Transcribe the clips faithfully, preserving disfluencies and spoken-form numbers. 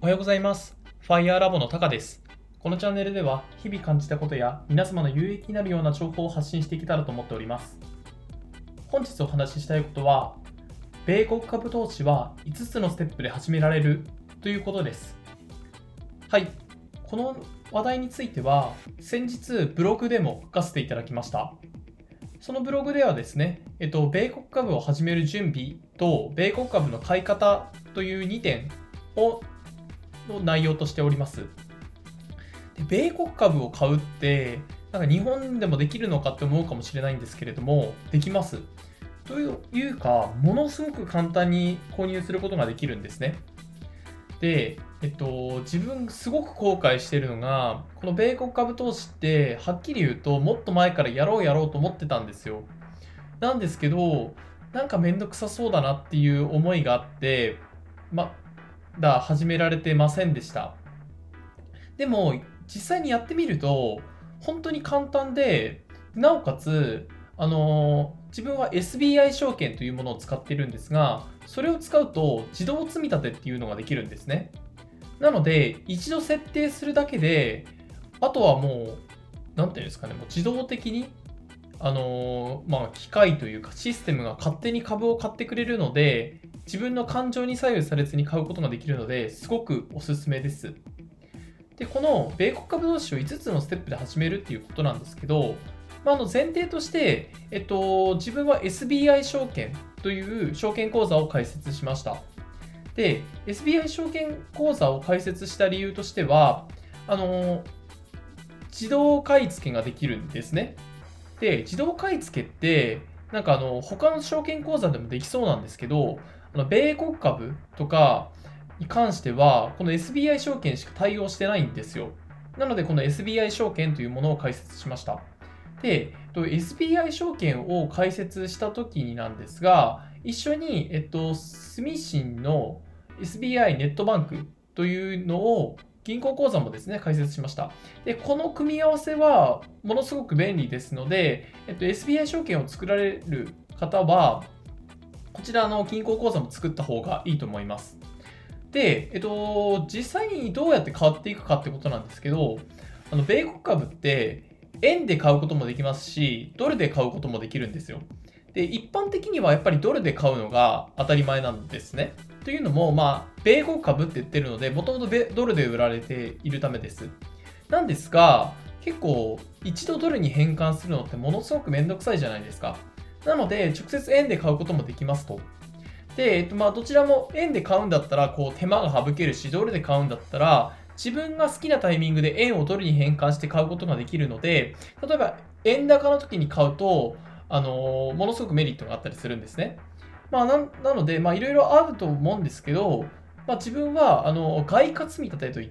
おはようございます。ファイヤーラボのタカです。このチャンネルでは日々感じたことや皆様の有益になるような情報を発信していけたらと思っております。本日お話ししたいことは、米国株投資はいつつのステップで始められるということです。はい、この話題については先日ブログでも書かせていただきました。そのブログではですね、えっと、米国株を始める準備と米国株の買い方というにてんをの内容としております。で米国株を買うってなんか日本でもできるのかって思うかもしれないんですけれども、できます。というか、ものすごく簡単に購入することができるんですね。で、えっと、自分すごく後悔しているのが、この米国株投資ってはっきり言うともっと前からやろうやろうと思ってたんですよ。なんですけど、なんかめんどくさそうだなっていう思いがあって、まだ始められてませんでした。でも実際にやってみると本当に簡単で、なおかつあの自分は エスビーアイ 証券というものを使っているんですが、それを使うと自動積み立てっていうのができるんですね。なので一度設定するだけで、あとはもう何ていうんですかね、もう自動的にあのまあ機械というかシステムが勝手に株を買ってくれるので、自分の感情に左右されずに買うことができるので、すごくおすすめです。で、この米国株投資をいつつのステップで始めるっていうことなんですけど、まあ、あの前提として、えっと、自分は エスビーアイ 証券という証券口座を開設しました。で、エスビーアイ 証券口座を開設した理由としては、あの自動買い付けができるんですね。で、自動買い付けって、なんかあの他の証券口座でもできそうなんですけど、あの米国株とかに関しては、この エスビーアイ 証券しか対応してないんですよ。なので、この エスビーアイ 証券というものを開設しました。で、エスビーアイ 証券を開設した時になんですが、一緒に、えっと、住信の エスビーアイ ネットバンクというのを銀行口座もですね、開設しました。で、この組み合わせはものすごく便利ですので、えっと、エスビーアイ 証券を作られる方は、こちらの銀行口座も作った方がいいと思います。で、えっと、実際にどうやって変わっていくかってことなんですけど、あの米国株って円で買うこともできますし、ドルで買うこともできるんですよ。で、一般的にはやっぱりドルで買うのが当たり前なんですね。というのも、まあ、米国株って言ってるので、もともとドルで売られているためです。なんですが、結構一度ドルに変換するのってものすごくめんどくさいじゃないですか。なので、直接円で買うこともできますと。で、えっと、まあ、どちらも円で買うんだったら、こう、手間が省けるし、ドルで買うんだったら、自分が好きなタイミングで円をドルに変換して買うことができるので、例えば、円高の時に買うと、あのーものすごくメリットがあったりするんですね。まあ、ななので、まあ、いろいろあると思うんですけど、まあ、自分は、あの、外貨積み立てといって、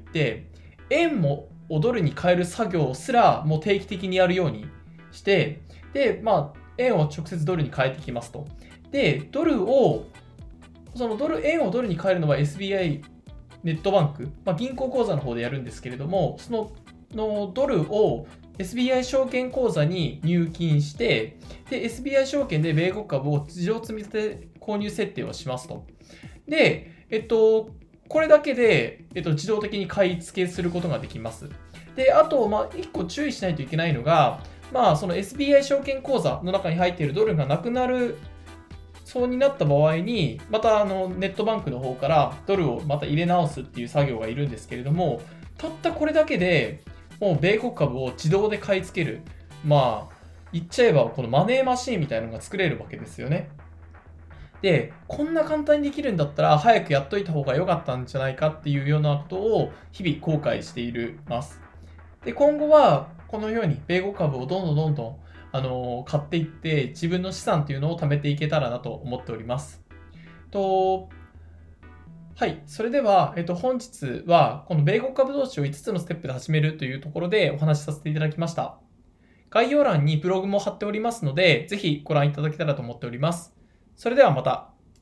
円もドルに変える作業すら、もう定期的にやるようにして、で、まあ、円を直接ドルに変えてきますと。で、ドルをそのドル、円をドルに変えるのは エスビーアイ ネットバンク、まあ、銀行口座の方でやるんですけれども、そののドルを エスビーアイ 証券口座に入金して、で、エスビーアイ 証券で米国株を自動積み立て購入設定をしますと。で、えっと、これだけで、えっと、自動的に買い付けすることができます。で、あと、まあ、いっこ注意しないといけないのが、まあ、その エスビーアイ 証券口座の中に入っているドルがなくなるそうになった場合に、またあのネットバンクの方からドルをまた入れ直すっていう作業がいるんですけれども、たったこれだけでもう米国株を自動で買い付ける、まあ、言っちゃえばこのマネーマシーンみたいなのが作れるわけですよね。で、こんな簡単にできるんだったら早くやっといた方が良かったんじゃないかっていうようなことを日々後悔しているます。で、今後はこのように米国株をどんどんどんどんあの買っていって自分の資産というのを貯めていけたらなと思っております。とはい、それでは、えっと、本日はこの米国株投資をいつつのステップで始めるというところでお話しさせていただきました。概要欄にブログも貼っておりますので、ぜひご覧いただけたらと思っております。それではまた。